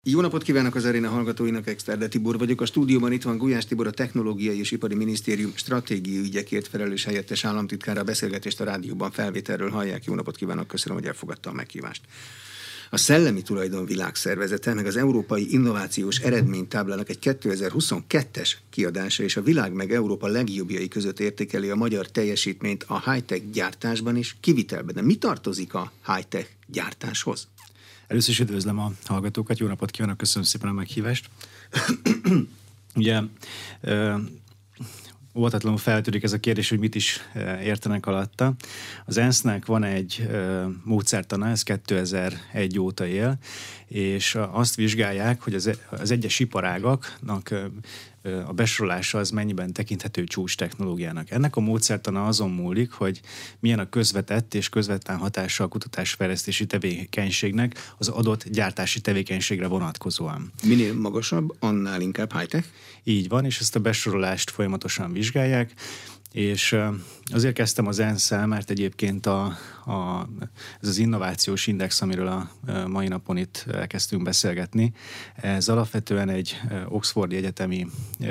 Jó napot kívánok az aréna hallgatóinak, Exterde Tibor vagyok. A stúdióban itt van Gulyás Tibor, a Technológiai és Ipari Minisztérium stratégiai ügyekért felelős helyettes államtitkára. A beszélgetést a rádióban felvételről hallják. Jó napot kívánok, köszönöm, hogy elfogadta a meghívást. A Szellemi Tulajdon Világszervezete meg az Európai Innovációs Eredménytáblának egy 2022-es kiadása és a világ meg Európa legjobbjai között értékeli a magyar teljesítményt a high-tech gyártásban és kivitelben. De mi tartozik a high-tech gyártáshoz? Először is üdvözlöm a hallgatókat, jó napot kívánok, köszönöm szépen a meghívást. Ugye óvatatlanul feltűnik ez a kérdés, hogy mit is értenek alatta. Az ENSZ-nek van egy módszertana, ez 2001 óta él, és azt vizsgálják, hogy az egyes iparágaknak a besorolása az mennyiben tekinthető csúcs technológiának. Ennek a módszertana azon múlik, hogy milyen a közvetett és közvetlen hatása a kutatásfejlesztési tevékenységnek az adott gyártási tevékenységre vonatkozóan. Minél magasabb, annál inkább high-tech? Így van, és ezt a besorolást folyamatosan vizsgálják, és azért kezdtem az ENSZ-szel, mert egyébként ez az innovációs index, amiről a mai napon itt elkezdtünk beszélgetni, ez alapvetően egy Oxfordi egyetemi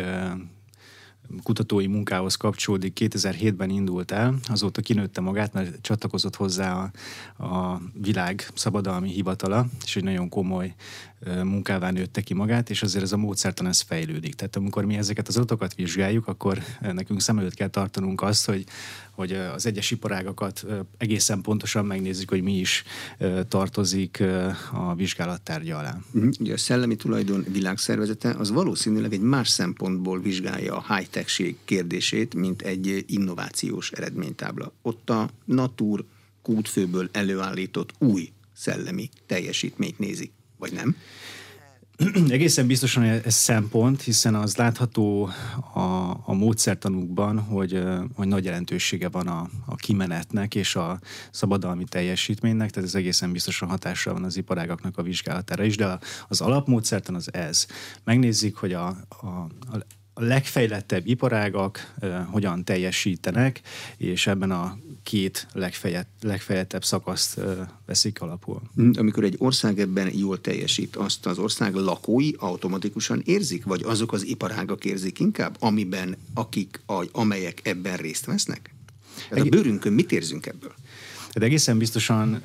kutatói munkához kapcsolódik, 2007-ben indult el, azóta kinőtte magát, mert csatlakozott hozzá a világ szabadalmi hivatala, és egy nagyon komoly munkává nőtte ki magát, és azért ez a módszertan ez fejlődik. Tehát amikor mi ezeket az adatokat vizsgáljuk, akkor nekünk szem előtt kell tartanunk azt, hogy az egyes iparágakat egészen pontosan megnézzük, hogy mi is tartozik a vizsgálattárgya alá. Ugye a Szellemi Tulajdon Világszervezete az valószínűleg egy más szempontból vizsgálja a high-techség kérdését, mint egy innovációs eredménytábla. Ott a Natur kútfőből előállított új szellemi teljesítményt nézik, vagy nem? Egészen biztosan ez szempont, hiszen az látható a módszertanukban, hogy nagy jelentősége van a kimenetnek és a szabadalmi teljesítménynek, tehát ez egészen biztosan hatással van az iparágaknak a vizsgálatára is, de az alapmódszertan az ez. Megnézzük, hogy a legfejlettebb iparágak hogyan teljesítenek, és ebben a két legfejlettebb szakaszt veszik alapul. Amikor egy ország ebben jól teljesít, azt az ország lakói automatikusan érzik, vagy azok az iparágak érzik inkább, amelyek ebben részt vesznek? Tehát a bőrünkön mit érzünk ebből? De egészen biztosan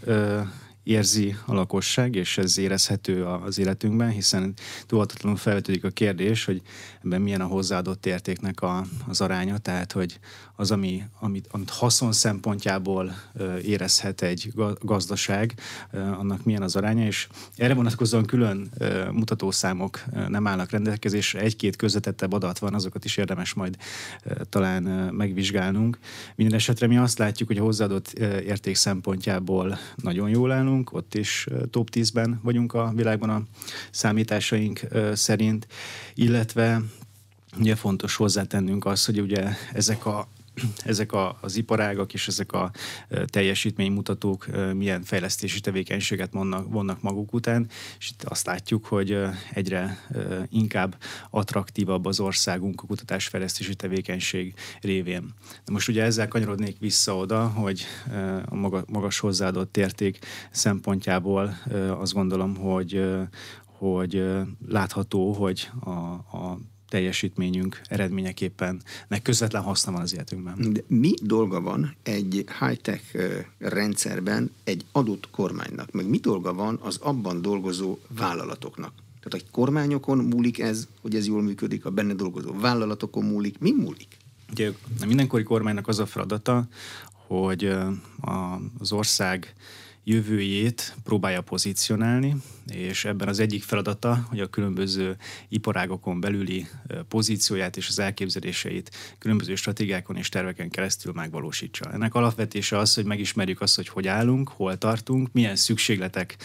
érzi a lakosság, és ez érezhető az életünkben, hiszen túlhatatlanul felvetődik a kérdés, hogy ebben milyen a hozzáadott értéknek az aránya, tehát hogy az, amit haszon szempontjából érezhet egy gazdaság, annak milyen az aránya, és erre vonatkozóan külön mutatószámok nem állnak rendelkezésre, egy-két közvetettebb adat van, azokat is érdemes majd talán megvizsgálnunk. Minden esetre mi azt látjuk, hogy a hozzáadott érték szempontjából nagyon jól állunk, ott is top 10-ben vagyunk a világban a számításaink szerint, illetve ugye fontos hozzátennünk azt, hogy ugye ezek az iparágak és ezek a teljesítménymutatók milyen fejlesztési tevékenységet vonnak maguk után, és itt azt látjuk, hogy egyre inkább attraktívabb az országunk a kutatásfejlesztési tevékenység révén. De most ugye ezzel kanyarodnék vissza oda, hogy a magas hozzáadott érték szempontjából azt gondolom, hogy látható, hogy a teljesítményünk eredményeképpen közvetlen haszna van az életünkben. De mi dolga van egy high-tech rendszerben egy adott kormánynak, meg mi dolga van az abban dolgozó vállalatoknak? Tehát a kormányokon múlik ez, hogy ez jól működik, a benne dolgozó vállalatokon múlik, mi múlik? Ugye a mindenkori kormánynak az a feladata, hogy az ország jövőjét próbálja pozícionálni, és ebben az egyik feladata, hogy a különböző iparágokon belüli pozícióját és az elképzeléseit különböző stratégiákon és terveken keresztül megvalósítsa. Ennek alapvetése az, hogy megismerjük azt, hogy állunk, hol tartunk, milyen szükségletek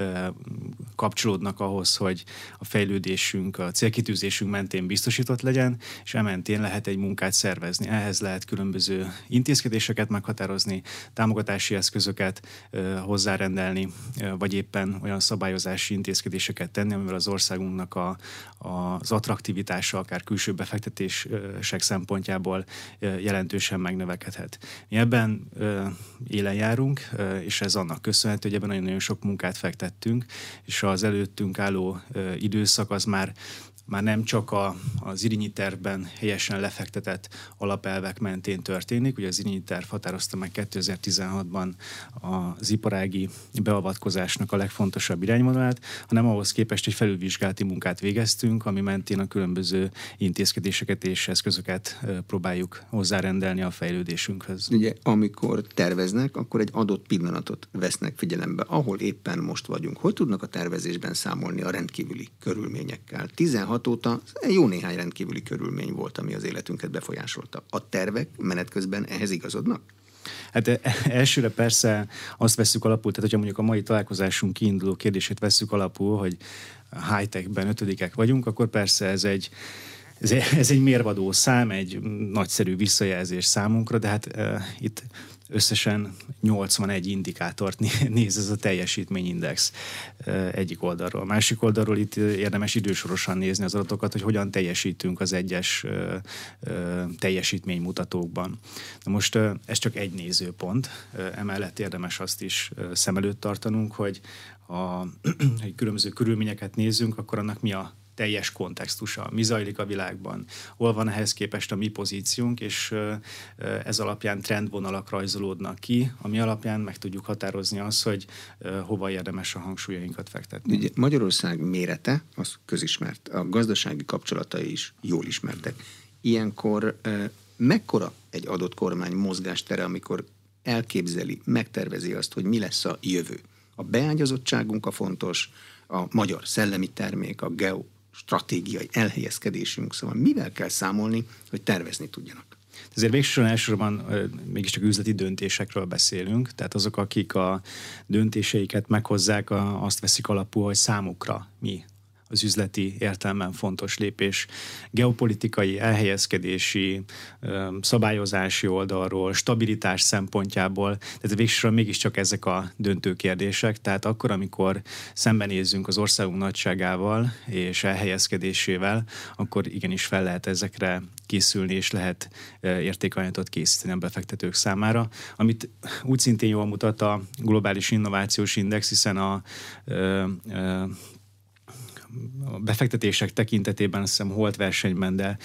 kapcsolódnak ahhoz, hogy a fejlődésünk, a célkitűzésünk mentén biztosított legyen, és ementén lehet egy munkát szervezni. Ehhez lehet különböző intézkedéseket meghatározni, támogatási eszközöket hozzárendelni, vagy éppen olyan szabályozási intézkedéseket tenni, amivel az országunknak az attraktivitása, akár külső befektetések szempontjából jelentősen megnövekedhet. Mi ebben élen járunk, és ez annak köszönhető, hogy ebben nagyon sok munkát fektettünk, és az előttünk álló időszak az már nem csak az Irínyi tervben helyesen lefektetett alapelvek mentén történik. Ugye az Irínyi terv határozta meg 2016-ban az iparági beavatkozásnak a legfontosabb irányvonalát, hanem ahhoz képest egy felülvizsgálati munkát végeztünk, ami mentén a különböző intézkedéseket és eszközöket próbáljuk hozzárendelni a fejlődésünkhöz. Ugye, amikor terveznek, akkor egy adott pillanatot vesznek figyelembe, ahol éppen most vagyunk. Hogy tudnak a tervezésben számolni a rendkívüli körülményekkel? 16 óta jó néhány rendkívüli körülmény volt, ami az életünket befolyásolta. A tervek menet közben ehhez igazodnak? Hát elsőre persze azt vesszük alapul, tehát hogyha mondjuk a mai találkozásunk kiinduló kérdését vesszük alapul, hogy high-techben 5-ek vagyunk, akkor persze ez egy mérvadó szám, egy nagyszerű visszajelzés számunkra, de hát itt összesen 81 indikátort néz ez a teljesítményindex egyik oldalról. Másik oldalról itt érdemes idősorosan nézni az adatokat, hogy hogyan teljesítünk az egyes teljesítménymutatókban. Na most ez csak egy nézőpont, emellett érdemes azt is szem előtt tartanunk, hogy hogy különböző körülményeket nézzünk, akkor annak mi a teljes kontextusa, mi zajlik a világban, hol van ehhez képest a mi pozíciónk, és ez alapján trendvonalak rajzolódnak ki, ami alapján meg tudjuk határozni azt, hogy hova érdemes a hangsúlyainkat fektetni. Ugye Magyarország mérete, az közismert, a gazdasági kapcsolatai is jól ismertek. Ilyenkor mekkora egy adott kormány mozgástere, amikor elképzeli, megtervezi azt, hogy mi lesz a jövő? A beágyazottságunk a fontos, a magyar szellemi termék, a geostratégiai elhelyezkedésünk, szóval mivel kell számolni, hogy tervezni tudjanak? Ezért végsősorban elsősorban mégiscsak üzleti döntésekről beszélünk, tehát azok, akik a döntéseiket meghozzák, azt veszik alapul, hogy számukra mi az üzleti értelemben fontos lépés. Geopolitikai, elhelyezkedési, szabályozási oldalról, stabilitás szempontjából, tehát végsősorban mégiscsak ezek a döntő kérdések, tehát akkor, amikor szembenézzünk az országunk nagyságával és elhelyezkedésével, akkor igenis fel lehet ezekre készülni, és lehet értékanyagot készíteni a befektetők számára, amit úgy szintén jól mutat a globális innovációs index, hiszen a befektetések tekintetében azt hiszem holt versenyben, de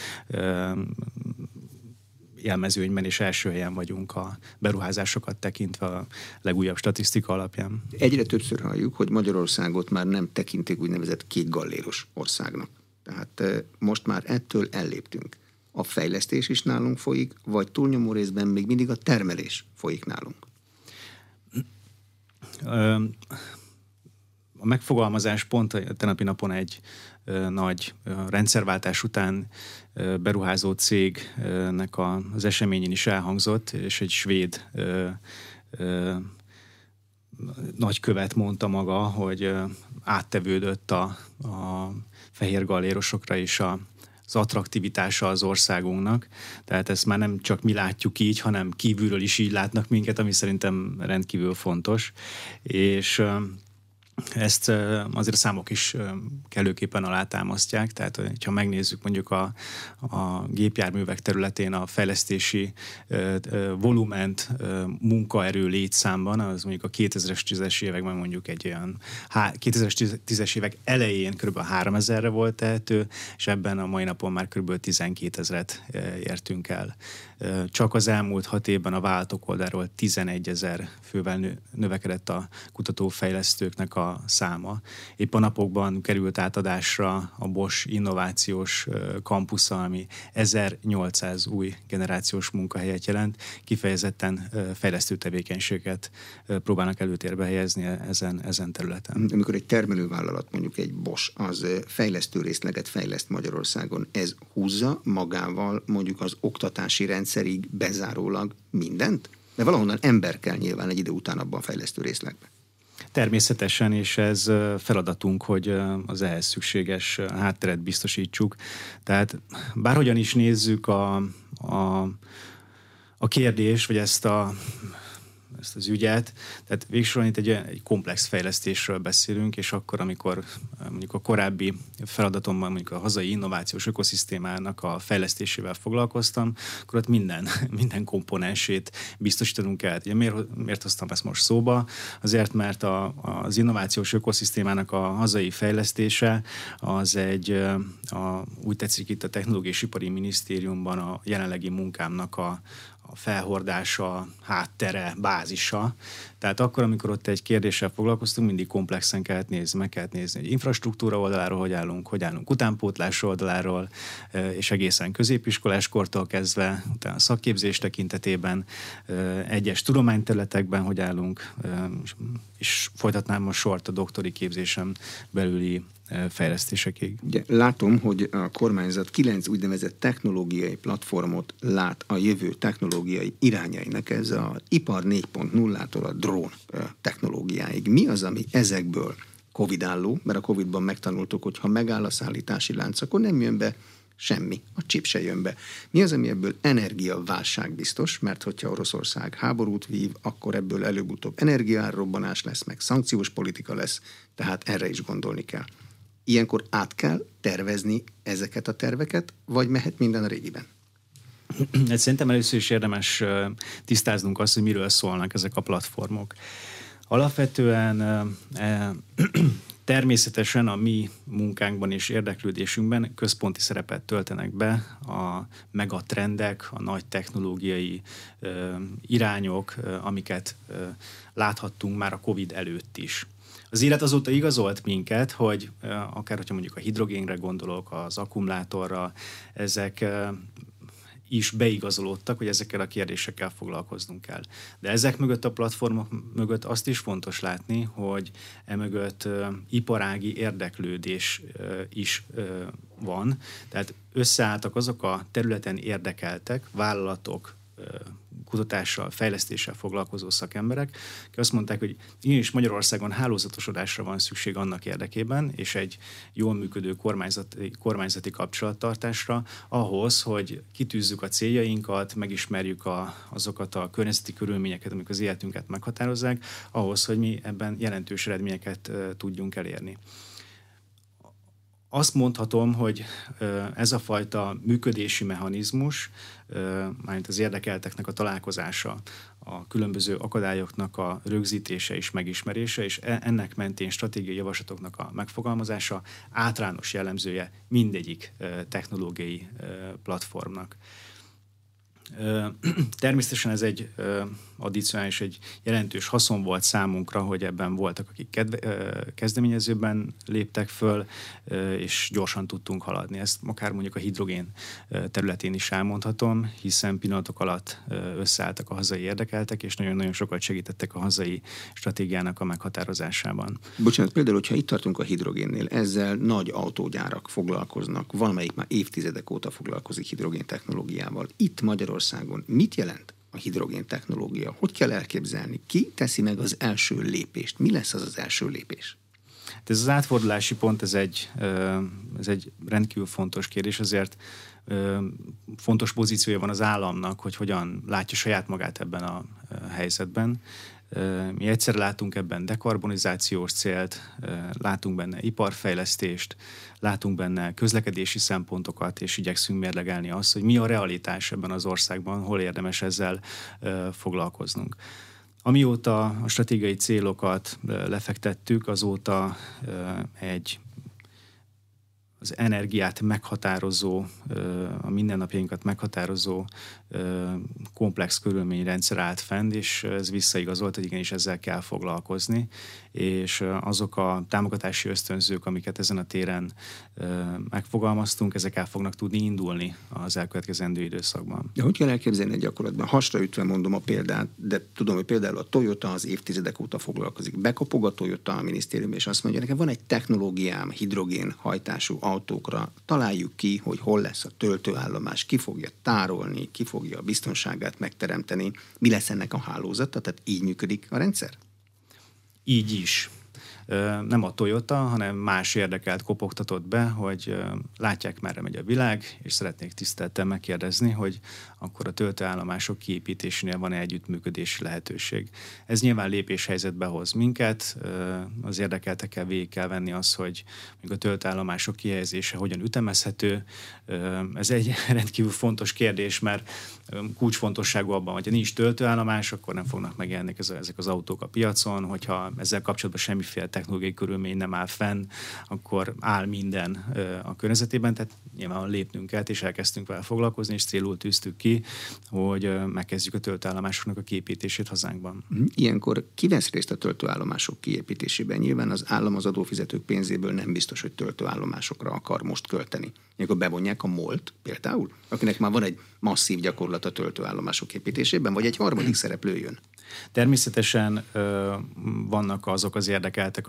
jelmezőnyben is első helyen vagyunk a beruházásokat tekintve a legújabb statisztika alapján. Egyre többször halljuk, hogy Magyarországot már nem tekintik úgynevezett kékgalléros országnak. Tehát most már ettől elléptünk. A fejlesztés is nálunk folyik, vagy túlnyomó részben még mindig a termelés folyik nálunk? A megfogalmazás pont a tenapi napon egy nagy rendszerváltás után beruházó cégnek az eseményén is elhangzott, és egy svéd nagykövet mondta maga, hogy áttevődött a fehér gallérosokra is az attraktivitása az országunknak. Tehát ezt már nem csak mi látjuk így, hanem kívülről is így látnak minket, ami szerintem rendkívül fontos. És ezt azért a számok is kellőképpen alátámasztják, tehát ha megnézzük mondjuk a gépjárművek területén a fejlesztési volument munkaerő létszámban, az mondjuk a 2010-es években mondjuk egy olyan 2010-es évek elején kb. 3000-re volt tehető, és ebben a mai napon már kb. 12 000-et értünk el. Csak az elmúlt 6 évben a vállalatok oldalról 11 000 fővel növekedett a kutatófejlesztőknek a száma. Épp a napokban került átadásra a Bosch innovációs kampusza, ami 1800 új generációs munkahelyet jelent, kifejezetten fejlesztő tevékenységet próbálnak előtérbe helyezni ezen területen. Amikor egy termelővállalat, mondjuk egy Bosch, az fejlesztő részleget fejleszt Magyarországon, ez húzza magával mondjuk az oktatási rendszerig bezárólag mindent? De valahonnan ember kell nyilván egy idő után abban a fejlesztő részlegben. Természetesen, és ez feladatunk, hogy az ehhez szükséges hátteret biztosítsuk. Tehát bárhogyan is nézzük a kérdést, vagy ezt ezt az ügyet. Tehát végsősorban itt egy komplex fejlesztésről beszélünk, és akkor, amikor mondjuk a korábbi feladatomban mondjuk a hazai innovációs ökoszisztémának a fejlesztésével foglalkoztam, akkor ott minden komponensét biztosítanunk kell. Ugye miért hoztam ezt most szóba? Azért, mert az innovációs ökoszisztémának a hazai fejlesztése az úgy tetszik itt a Technológiai és Ipari Minisztériumban a jelenlegi munkámnak a felhordása, háttere, bázisa. Tehát akkor, amikor ott egy kérdéssel foglalkoztunk, mindig komplexen meg kellett nézni, hogy infrastruktúra oldaláról hogy állunk utánpótlás oldaláról, és egészen középiskolás kortól kezdve, utána a szakképzés tekintetében, egyes tudományterületekben hogy állunk, és folytatnám a sort a doktori képzésem belüli fejlesztésekig. Ugye, látom, hogy a kormányzat 9 úgynevezett technológiai platformot lát a jövő technológiai irányainak, ez az ipar 4.0-tól a drón technológiáig. Mi az, ami ezekből covidálló, mert a Covidban megtanultuk, hogy ha megáll a szállítási lánc, akkor nem jön be semmi, a chip se jön be. Mi az, ami ebből energiaválság biztos, mert hogyha Oroszország háborút vív, akkor ebből előbb-utóbb energiaárrobbanás lesz, meg szankciós politika lesz, tehát erre is gondolni kell. Ilyenkor át kell tervezni ezeket a terveket, vagy mehet minden a régiben? Szerintem először is érdemes tisztáznunk azt, hogy miről szólnak ezek a platformok. Alapvetően természetesen a mi munkánkban és érdeklődésünkben központi szerepet töltenek be a megatrendek, a nagy technológiai irányok, amiket láthattunk már a Covid előtt is. Az élet azóta igazolt minket, hogy akár, hogyha mondjuk a hidrogénre gondolok, az akkumulátorra, ezek is beigazolódtak, hogy ezekkel a kérdésekkel foglalkoznunk kell. De ezek mögött, a platformok mögött azt is fontos látni, hogy emögött iparági érdeklődés is van. Tehát összeálltak azok a területen érdekeltek, vállalatok, kutatással, fejlesztéssel foglalkozó szakemberek, akik azt mondták, hogy igenis Magyarországon hálózatosodásra van szükség annak érdekében, és egy jól működő kormányzati kapcsolattartásra ahhoz, hogy kitűzzük a céljainkat, megismerjük azokat a környezeti körülményeket, amik az életünket meghatározzák, ahhoz, hogy mi ebben jelentős eredményeket tudjunk elérni. Azt mondhatom, hogy ez a fajta működési mechanizmus, mármint az érdekelteknek a találkozása, a különböző akadályoknak a rögzítése és megismerése, és ennek mentén stratégiai javaslatoknak a megfogalmazása általános jellemzője mindegyik technológiai platformnak. Természetesen ez egy addicionális, egy jelentős haszon volt számunkra, hogy ebben voltak, akik kezdeményezőben léptek föl, és gyorsan tudtunk haladni. Ezt akár mondjuk a hidrogén területén is elmondhatom, hiszen pillanatok alatt összeálltak a hazai érdekeltek, és nagyon-nagyon sokat segítettek a hazai stratégiának a meghatározásában. Bocsánat, például, hogyha itt tartunk a hidrogénnél, ezzel nagy autógyárak foglalkoznak, valamelyik már évtizedek óta foglalkozik hidrogén technológiával. Itt Magyarországon mit jelent a hidrogén technológia? Hogy kell elképzelni? Ki teszi meg az első lépést? Mi lesz az első lépés? Ez az átfordulási pont, ez egy rendkívül fontos kérdés, azért fontos pozíciója van az államnak, hogy hogyan látja saját magát ebben a helyzetben. Mi egyszer látunk ebben dekarbonizációs célt, látunk benne iparfejlesztést, látunk benne közlekedési szempontokat, és igyekszünk mérlegelni azt, hogy mi a realitás ebben az országban, hol érdemes ezzel foglalkoznunk. Amióta a stratégiai célokat lefektettük, azóta az energiát meghatározó, a mindennapjainkat meghatározó komplex körülményrendszer állt fenn, és ez visszaigazolt, hogy igenis ezzel kell foglalkozni, és azok a támogatási ösztönzők, amiket ezen a téren megfogalmaztunk, ezek el fognak tudni indulni az elkövetkezendő időszakban. De hogy kell elképzelni gyakorlatban? Hasraütve mondom a példát, de tudom, hogy például a Toyota az évtizedek óta foglalkozik. Bekopog a Toyota a minisztériumban, és azt mondja, nekem van egy technológiám hidrogén hajtású autókra, találjuk ki, hogy hol lesz a töltőállomás, ki fogja tárolni, ki fogja a biztonságát megteremteni, mi lesz ennek a hálózata, tehát így működik a rendszer? Így is. nem a Toyota, hanem más érdekelt kopogtatott be, hogy látják, merre megy a világ, és szeretnék tisztelten megkérdezni, hogy akkor a töltőállomások kiépítésénél van-e együttműködési lehetőség. Ez nyilván lépéshelyzetbe hoz minket, az érdekeltekkel végig kell venni az, hogy a töltőállomások kihelyezése hogyan ütemezhető. Ez egy rendkívül fontos kérdés, mert kulcsfontosságú abban, hogyha nincs töltőállomás, akkor nem fognak megjelenni ezek az autók a piacon, hogyha ezzel kapcsolatban semmiféle technológiai körülmény nem áll fenn, akkor áll minden a környezetében, tehát nyilván lépnünk kell, és elkezdtünk vele foglalkozni, és célul tűztük ki, hogy megkezdjük a töltőállomásoknak a kiépítését hazánkban. Ilyenkor ki vesz részt a töltőállomások kiépítésében? Nyilván az állam az adófizetők pénzéből nem biztos, hogy töltőállomásokra akar most költeni. Ilyenkor bevonják a MOL-t például, akinek már van egy masszív gyakorlat a töltőállomások építésében, vagy egy harmadik szereplő jön? Természetesen vannak azok az érdekeltek,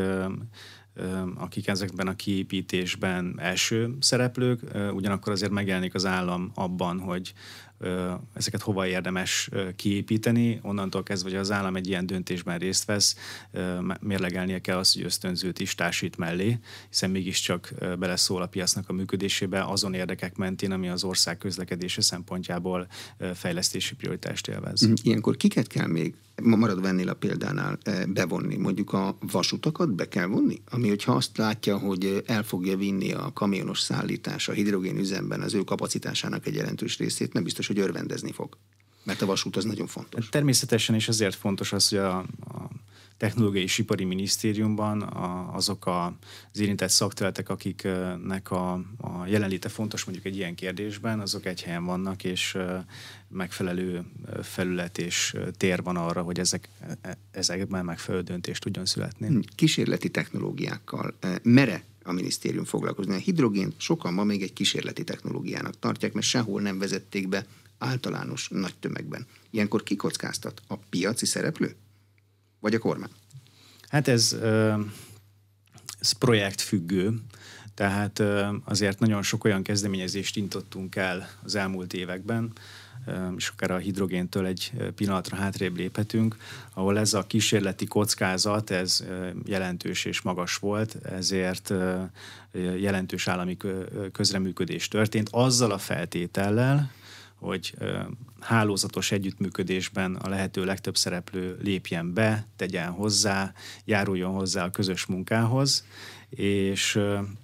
akik ezekben a kiépítésben első szereplők, ugyanakkor azért megjelenik az állam abban, hogy ezeket hova érdemes kiépíteni. Onnantól kezdve, hogy az állam egy ilyen döntésben részt vesz, mérlegelnie kell azt, hogy ösztönzőt is társít mellé, hiszen mégiscsak beleszól a piacnak a működésébe azon érdekek mentén, ami az ország közlekedése szempontjából fejlesztési prioritást élvez. Ilyenkor kiket kell még, maradva ennél a példánál, bevonni? Mondjuk a vasutakat be kell vonni? Ami, hogyha azt látja, hogy el fogja vinni a kamionos szállítás a hidrogénüzemben az ő kapacitásának egy jelentős részét, nem biztos, hogy örvendezni fog. Mert a vasút az nagyon fontos. Természetesen, és ezért fontos az, hogy a Technológiai és Ipari Minisztériumban azok az érintett szakterületek, akiknek a jelenléte fontos mondjuk egy ilyen kérdésben, azok egy helyen vannak, és megfelelő felület és tér van arra, hogy ezekben megfelelő döntést tudjon születni. Kísérleti technológiákkal mere a minisztérium foglalkozni? A hidrogént sokan ma még egy kísérleti technológiának tartják, mert sehol nem vezették be általános nagy tömegben. Ilyenkor ki kockáztat? A piaci szereplő? Vagy a kormány? Hát ez projektfüggő, tehát azért nagyon sok olyan kezdeményezést indítottunk el az elmúlt években, és akár a hidrogéntől egy pillanatra hátrébb léphetünk, ahol ez a kísérleti kockázat, ez jelentős és magas volt, ezért jelentős állami közreműködés történt, azzal a feltétellel, hogy hálózatos együttműködésben a lehető legtöbb szereplő lépjen be, tegyen hozzá, járuljon hozzá a közös munkához, és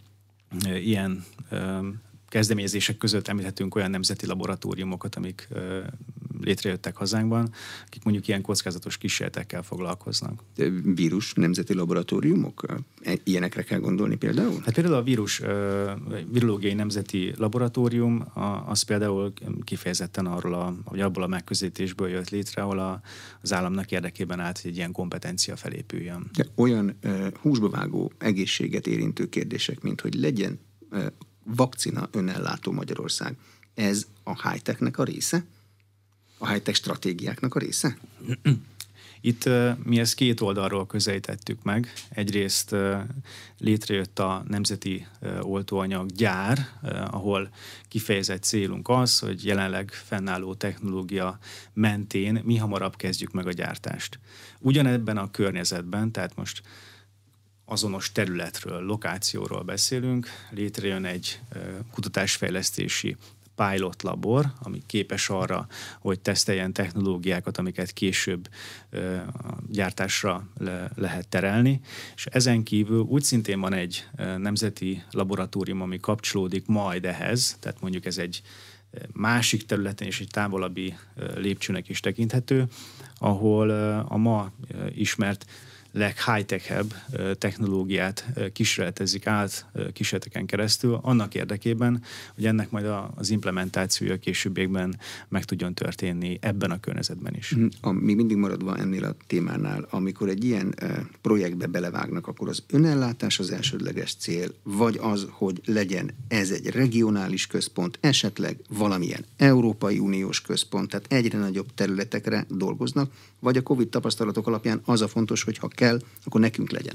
ilyen kezdeményezések között említhetünk olyan nemzeti laboratóriumokat, amik létrejöttek hazánkban, akik mondjuk ilyen kockázatos kísérletekkel foglalkoznak. Vírus nemzeti laboratóriumok? Ilyenekre kell gondolni például? Hát például a virológiai nemzeti laboratórium, az például kifejezetten abból a megközelítésből jött létre, ahol az államnak érdekében állt, hogy egy ilyen kompetencia felépüljön. De olyan húsba vágó egészséget érintő kérdések, mint hogy legyen vakcina önellátó Magyarország, ez a high-technek a része? A high-tech stratégiáknak a része? Itt mi ezt két oldalról közelítettük meg. Egyrészt létrejött a Nemzeti Oltóanyag Gyár, ahol kifejezett célunk az, hogy jelenleg fennálló technológia mentén mi hamarabb kezdjük meg a gyártást. Ugyanebben a környezetben, tehát most azonos területről, lokációról beszélünk, létrejön egy kutatásfejlesztési pilot labor, ami képes arra, hogy teszteljen technológiákat, amiket később gyártásra lehet terelni, és ezen kívül úgy szintén van egy nemzeti laboratórium, ami kapcsolódik majd ehhez, tehát mondjuk ez egy másik területen és egy távolabbi lépcsőnek is tekinthető, ahol a ma ismert leghigh-tech-ebb technológiát kísérletezik át kísérleteken keresztül, annak érdekében, hogy ennek majd az implementációja későbbiekben meg tudjon történni ebben a környezetben is. Mi mindig maradva ennél a témánál, amikor egy ilyen projektbe belevágnak, akkor az önellátás az elsődleges cél, vagy az, hogy legyen ez egy regionális központ, esetleg valamilyen Európai Uniós központ, tehát egyre nagyobb területekre dolgoznak, vagy a Covid tapasztalatok alapján az a fontos, hogy ha kell, akkor nekünk legyen.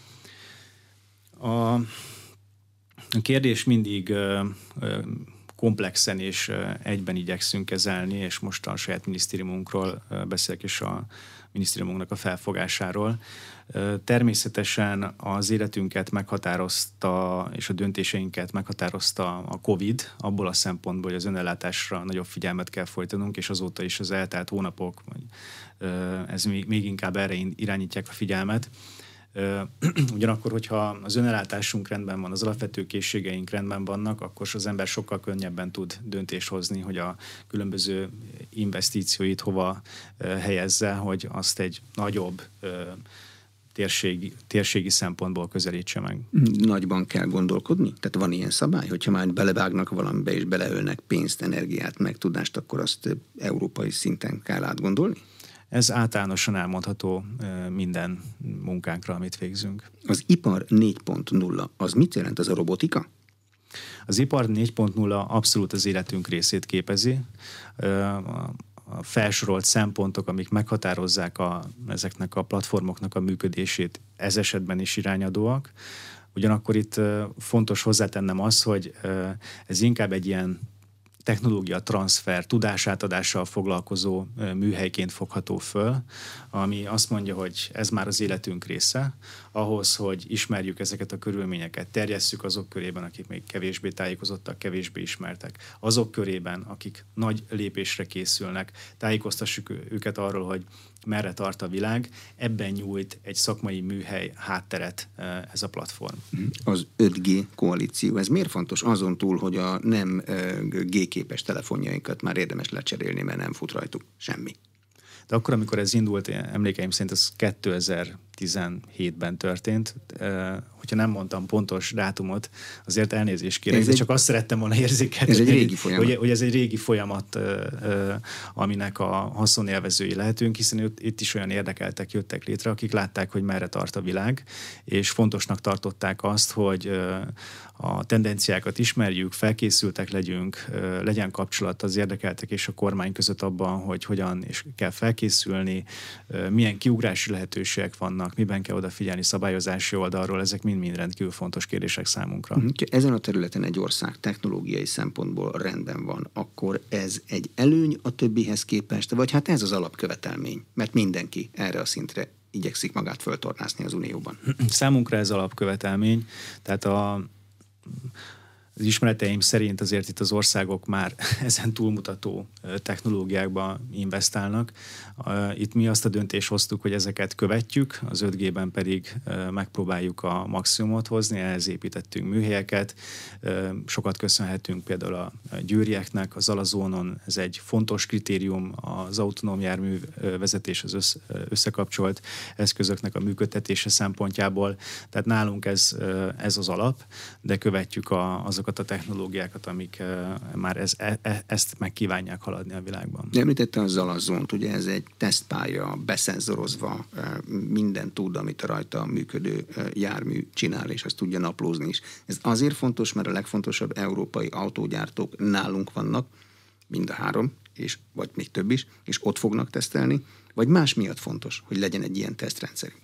A kérdés mindig komplexen és egyben igyekszünk kezelni, és most a saját minisztériumunkról beszélek, és a minisztériumunknak a felfogásáról. Természetesen az életünket meghatározta, és a döntéseinket meghatározta a Covid, abból a szempontból, hogy az önellátásra nagyobb figyelmet kell folytanunk, és azóta is az eltelt hónapok, ez még inkább erre irányítják a figyelmet. Ugyanakkor, hogyha az önellátásunk rendben van, az alapvető készségeink rendben vannak, akkor az ember sokkal könnyebben tud döntést hozni, hogy a különböző investícióit hova helyezze, hogy azt egy nagyobb térségi szempontból közelítse meg. Nagyban kell gondolkodni? Tehát van ilyen szabály, hogyha már belevágnak valamibe és beleölnek pénzt, energiát, meg tudást, akkor azt európai szinten kell átgondolni? Ez általánosan elmondható minden munkánkra, amit végzünk. Az ipar 4.0, az mit jelent? Az a robotika? Az ipar 4.0 abszolút az életünk részét képezi. A felsorolt szempontok, amik meghatározzák ezeknek a platformoknak a működését, ez esetben is irányadóak. Ugyanakkor itt fontos hozzátennem az, hogy ez inkább egy ilyen technológia transfer, tudásátadással foglalkozó műhelyként fogható föl, ami azt mondja, hogy ez már az életünk része, ahhoz, hogy ismerjük ezeket a körülményeket, terjesszük azok körében, akik még kevésbé tájékozottak, kevésbé ismertek, azok körében, akik nagy lépésre készülnek, tájékoztassuk őket arról, hogy merre tart a világ, ebben nyújt egy szakmai műhely hátteret ez a platform. Az 5G koalíció, ez miért fontos azon túl, hogy a nem G-képes telefonjainkat már érdemes lecserélni, mert nem fut rajtuk semmi? De akkor, amikor ez indult, emlékeim szerint ez 2017-ben történt, hogyha nem mondtam pontos dátumot, azért elnézést kérek, csak azt szerettem volna érzékelni, ez egy régi folyamat. Hogy ez egy régi folyamat, aminek a haszonélvezői lehetünk, hiszen itt is olyan érdekeltek jöttek létre, akik látták, hogy merre tart a világ, és fontosnak tartották azt, hogy a tendenciákat ismerjük, felkészültek legyünk, legyen kapcsolat az érdekeltek és a kormány között abban, hogy hogyan és kell felkészülni, milyen kiugrási lehetőségek vannak, miben kell odafigyelni szabályozási oldalról, ezek mind rendkívül fontos kérdések számunkra. Ezen a területen egy ország technológiai szempontból rendben van, akkor ez egy előny a többihez képest, vagy hát ez az alapkövetelmény, mert mindenki erre a szintre igyekszik magát föltornászni az Unióban. Számunkra ez alapkövetelmény, tehát az ismereteim szerint azért itt az országok már ezen túlmutató technológiákba investálnak. Itt mi azt a döntést hoztuk, hogy ezeket követjük, az 5G-ben pedig megpróbáljuk a maximumot hozni, ehhez építettünk műhelyeket, sokat köszönhetünk például a győrieknek, az Alazónon, ez egy fontos kritérium, az autonóm jármű vezetés, az összekapcsolt eszközöknek a működtetése szempontjából, tehát nálunk ez az alap, de követjük azokat a technológiákat, amik már ezt meg kívánják haladni a világban. Említette a Zalazont, ugye ez egy tesztpálya, beszenzorozva, minden tud, amit a rajta működő jármű csinál, és azt tudja naplózni is. Ez azért fontos, mert a legfontosabb európai autógyártók nálunk vannak, mind a három, vagy még több is, és ott fognak tesztelni, vagy más miatt fontos, hogy legyen egy ilyen tesztrendszerünk?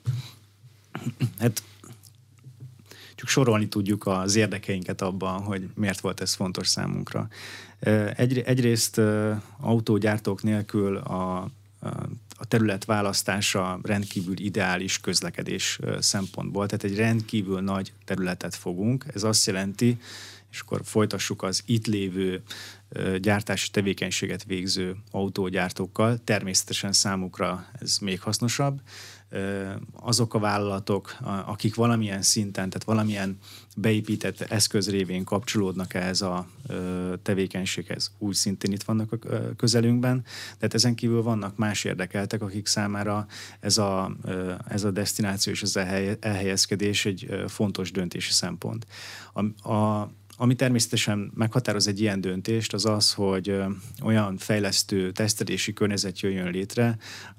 Hát csak sorolni tudjuk az érdekeinket abban, hogy miért volt ez fontos számunkra. Egyrészt autógyártók nélkül a terület választása rendkívül ideális közlekedés szempontból, tehát egy rendkívül nagy területet fogunk. Ez azt jelenti, és akkor folytassuk az itt lévő gyártási tevékenységet végző autógyártókkal. Természetesen számukra ez még hasznosabb. Azok a vállalatok, akik valamilyen szinten, tehát valamilyen beépített eszköz révén kapcsolódnak ehhez a tevékenységhez, úgy szintén itt vannak a közelünkben. Tehát ezen kívül vannak más érdekeltek, akik számára ez a desztináció és az elhelyezkedés egy fontos döntési szempont. Ami természetesen meghatároz egy ilyen döntést, az az, hogy olyan fejlesztő, tesztelési környezet jöjjön létre,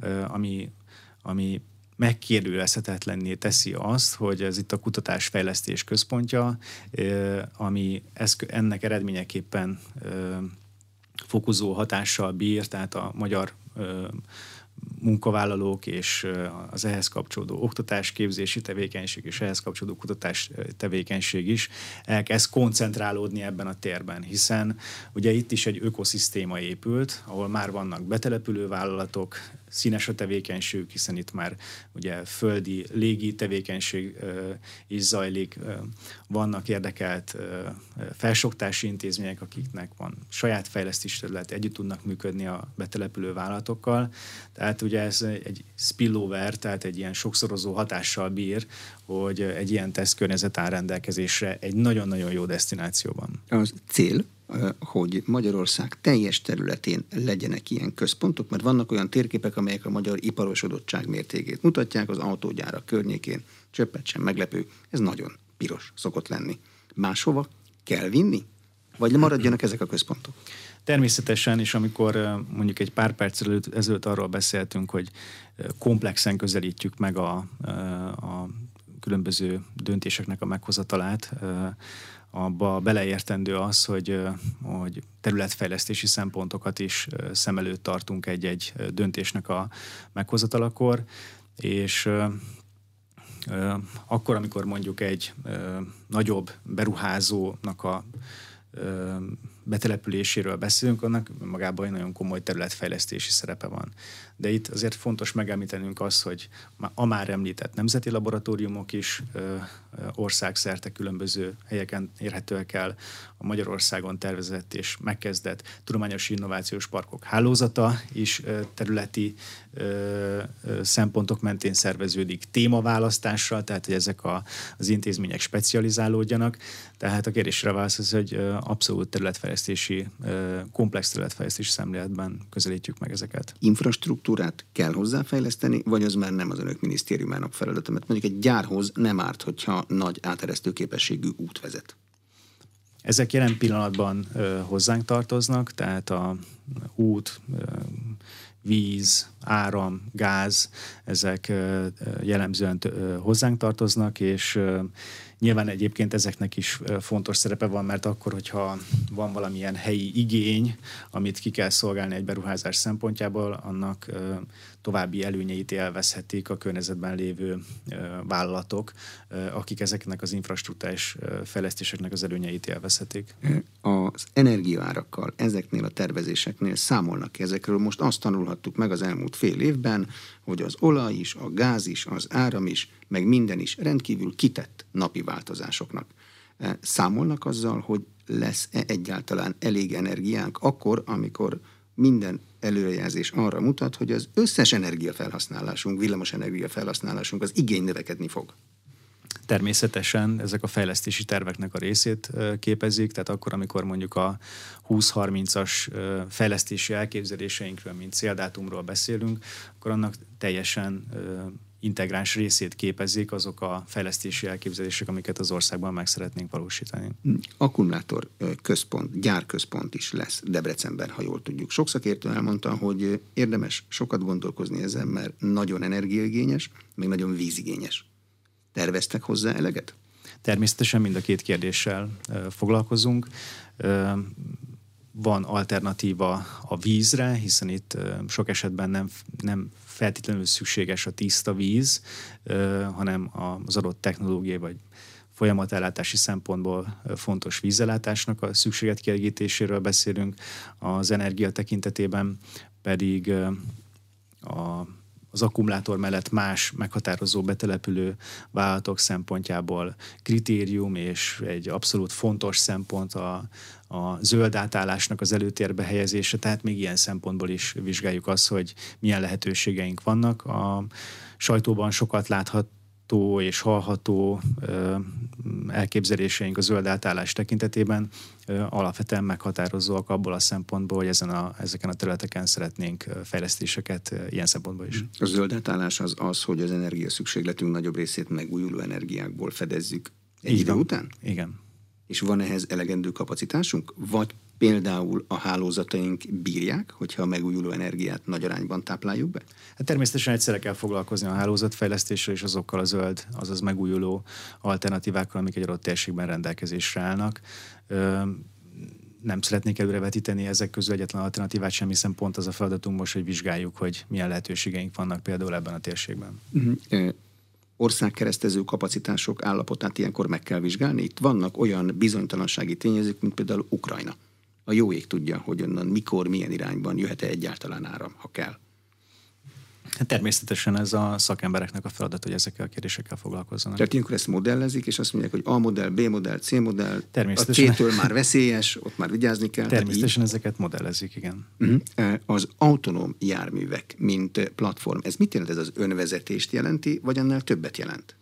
ami megkérdőjelezhetetlenné teszi azt, hogy ez itt a kutatásfejlesztés központja, ami ennek eredményeképpen fokozó hatással bír, tehát a magyar munkavállalók és az ehhez kapcsolódó oktatásképzési tevékenység és ehhez kapcsolódó kutatás tevékenység is elkezd koncentrálódni ebben a térben, hiszen ugye itt is egy ökoszisztéma épült, ahol már vannak betelepülő vállalatok, színes a tevékenység, hiszen itt már ugye földi, légi tevékenység is zajlik, vannak érdekelt felsoktási intézmények, akiknek van saját fejlesztési terület, együtt tudnak működni a betelepülő vállalatokkal. Tehát ugye ez egy spillover, tehát egy ilyen sokszorozó hatással bír, hogy egy ilyen tesztkörnyezet áll rendelkezésre egy nagyon-nagyon jó desztinációban. Az cél, hogy Magyarország teljes területén legyenek ilyen központok, mert vannak olyan térképek, amelyek a magyar iparosodottság mértékét mutatják, az autógyárak környékén, csöppet sem meglepő, ez nagyon piros szokott lenni. Máshova kell vinni? Vagy maradjanak ezek a központok? Természetesen, és amikor mondjuk egy pár perccel ezelőtt arról beszéltünk, hogy komplexen közelítjük meg a különböző döntéseknek a meghozatalát, abba beleértendő az, hogy területfejlesztési szempontokat is szem előtt tartunk egy-egy döntésnek a meghozatalakor, és akkor, amikor mondjuk egy nagyobb beruházónak a betelepüléséről beszélünk, annak magában egy nagyon komoly területfejlesztési szerepe van. De itt azért fontos megemlítenünk azt, hogy a már említett nemzeti laboratóriumok is országszerte különböző helyeken érhetőek el, a Magyarországon tervezett és megkezdett tudományos innovációs parkok hálózata is területi szempontok mentén szerveződik témaválasztással, tehát hogy ezek az intézmények specializálódjanak. Tehát a kérdésre válasz az, hogy abszolút területfejlesztési, komplex területfejlesztési szemléletben közelítjük meg ezeket. Infrastruktúrát kell hozzáfejleszteni, vagy az már nem az önök minisztériumának feladata? Mert mondjuk egy gyárhoz nem árt, hogyha nagy áteresztő képességű út vezet. Ezek jelen pillanatban hozzánk tartoznak, tehát a út, víz, áram, gáz, ezek jellemzően hozzánk tartoznak, és nyilván egyébként ezeknek is fontos szerepe van, mert akkor, hogyha van valamilyen helyi igény, amit ki kell szolgálni egy beruházás szempontjából, annak további előnyeit élvezhetik a környezetben lévő vállalatok, akik ezeknek az infrastruktúrás fejlesztéseknek az előnyeit élvezhetik. Az energiaárakkal ezeknél a tervezéseknél számolnak ki ezekről. Most azt tanulhattuk meg az elmúlt fél évben, hogy az olaj is, a gáz is, az áram is, meg minden is rendkívül kitett napi változásoknak. Számolnak azzal, hogy lesz-e egyáltalán elég energiánk akkor, amikor minden előrejelzés arra mutat, hogy az összes energiafelhasználásunk, villamos energiafelhasználásunk az igény növekedni fog? Természetesen ezek a fejlesztési terveknek a részét képezik, tehát akkor, amikor mondjuk a 20-30-as fejlesztési elképzeléseinkről, mint céldátumról beszélünk, akkor annak teljesen integráns részét képezik azok a fejlesztési elképzelések, amiket az országban meg szeretnénk valósítani. Akkumulátor központ, gyárközpont is lesz Debrecenben, ha jól tudjuk. Sok szakértő elmondta, hogy érdemes sokat gondolkozni ezen, mert nagyon energiaigényes, még nagyon vízigényes. Terveztek hozzá eleget? Természetesen mind a két kérdéssel foglalkozunk. Van alternatíva a vízre, hiszen itt sok esetben nem feltétlenül szükséges a tiszta víz, hanem az adott technológiai vagy folyamatellátási szempontból fontos vízellátásnak a szükséglet kielégítéséről beszélünk. Az energia tekintetében pedig az akkumulátor mellett más meghatározó betelepülő vállalatok szempontjából kritérium és egy abszolút fontos szempont a zöld átállásnak az előtérbe helyezése, tehát még ilyen szempontból is vizsgáljuk azt, hogy milyen lehetőségeink vannak. A sajtóban sokat látható és hallható elképzeléseink a zöld átállás tekintetében alapvetően meghatározóak abból a szempontból, hogy ezeken a területeken szeretnénk fejlesztéseket ilyen szempontból is. A zöld átállás az, hogy az energiaszükségletünk nagyobb részét megújuló energiákból fedezzük egy idő után? Igen. És van ehhez elegendő kapacitásunk? Vagy például a hálózataink bírják, hogyha a megújuló energiát nagy arányban tápláljuk be? Hát természetesen egyszerre kell foglalkozni a hálózatfejlesztéssel és azokkal a zöld, azaz megújuló alternatívákkal, amik egy adott térségben rendelkezésre állnak. nem szeretnék előrevetíteni ezek közül egyetlen alternatívát sem, hiszen pont az a feladatunk most, hogy vizsgáljuk, hogy milyen lehetőségeink vannak például ebben a térségben. Országkeresztező kapacitások állapotát ilyenkor meg kell vizsgálni. Itt vannak olyan bizonytalansági tényezők, mint például Ukrajna. A jó ég tudja, hogy onnan mikor, milyen irányban jöhet-e egyáltalán áram, ha kell. Természetesen ez a szakembereknek a feladat, hogy ezekkel a kérdésekkel foglalkozzanak. Tehát ilyenkor ezt modellezik, és azt mondják, hogy A modell, B modell, C modell, a C-től már veszélyes, ott már vigyázni kell. Természetesen ezeket modellezik, igen. Az autonóm járművek, mint platform, ez mit jelent? Ez az önvezetést jelenti, vagy annál többet jelent?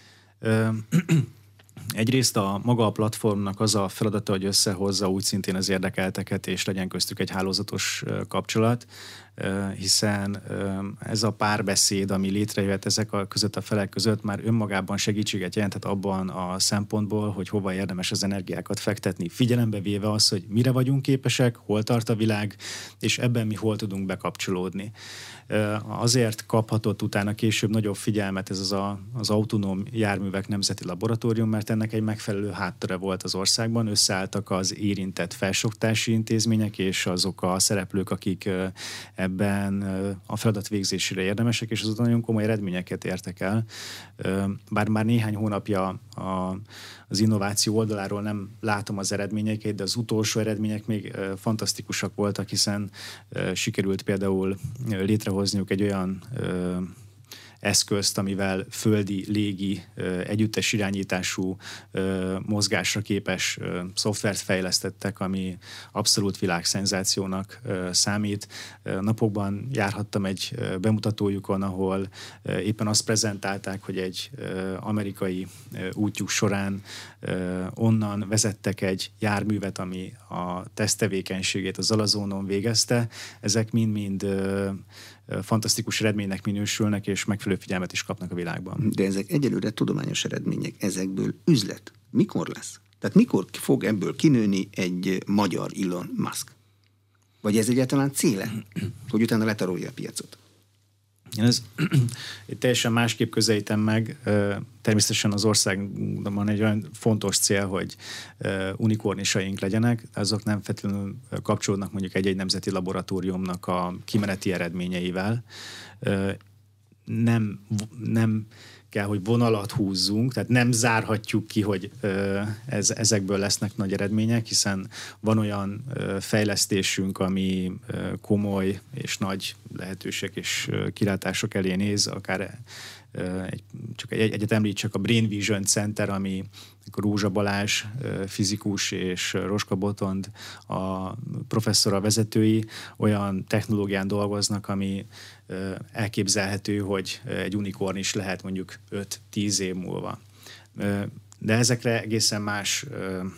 Egyrészt maga a platformnak az a feladata, hogy összehozza úgy szintén az érdekelteket, és legyen köztük egy hálózatos kapcsolat, hiszen ez a párbeszéd, ami létrejött ezek között a felek között, már önmagában segítséget jelenthet abban a szempontból, hogy hova érdemes az energiákat fektetni. Figyelembe véve az, hogy mire vagyunk képesek, hol tart a világ, és ebben mi hol tudunk bekapcsolódni. Azért kaphatott utána később nagyobb figyelmet ez az autonóm járművek nemzeti laboratórium, mert ennek egy megfelelő háttere volt az országban. Összeálltak az érintett felsőoktatási intézmények és azok a szereplők, akik ebben a feladat végzésére érdemesek, és azóta nagyon komoly eredményeket értek el. Bár már néhány hónapja az innováció oldaláról nem látom az eredményeket, de az utolsó eredmények még fantasztikusak voltak, hiszen sikerült például létrehozniuk egy olyan eszközt, amivel földi, légi, együttes irányítású mozgásra képes szoftvert fejlesztettek, ami abszolút világszenzációnak számít. Napokban járhattam egy bemutatójukon, ahol éppen azt prezentálták, hogy egy amerikai útjuk során onnan vezettek egy járművet, ami a teszttevékenységét az Zalazónon végezte. Ezek mind-mind fantasztikus eredménynek minősülnek, és megfelelő figyelmet is kapnak a világban. De ezek egyelőre tudományos eredmények, ezekből üzlet mikor lesz? Tehát mikor fog ebből kinőni egy magyar Elon Musk? Vagy ez egyáltalán céle, hogy utána letarolja a piacot? Én teljesen másképp közelítem meg. Természetesen az országban egy olyan fontos cél, hogy unikornisaink legyenek, azok nem feltétlenül kapcsolódnak mondjuk egy nemzeti laboratóriumnak a kimeneti eredményeivel. Nem kell, hogy vonalat húzzunk, tehát nem zárhatjuk ki, hogy ezekből lesznek nagy eredmények, hiszen van olyan fejlesztésünk, ami komoly és nagy lehetőségek és kilátások elé néz, akár csak egyet említsek, a Brain Vision Center, ami Rózsa Balázs fizikus és Roska Botond a professzora vezetői olyan technológián dolgoznak, ami elképzelhető, hogy egy unikorn is lehet mondjuk 5-10 év múlva. De ezekre egészen más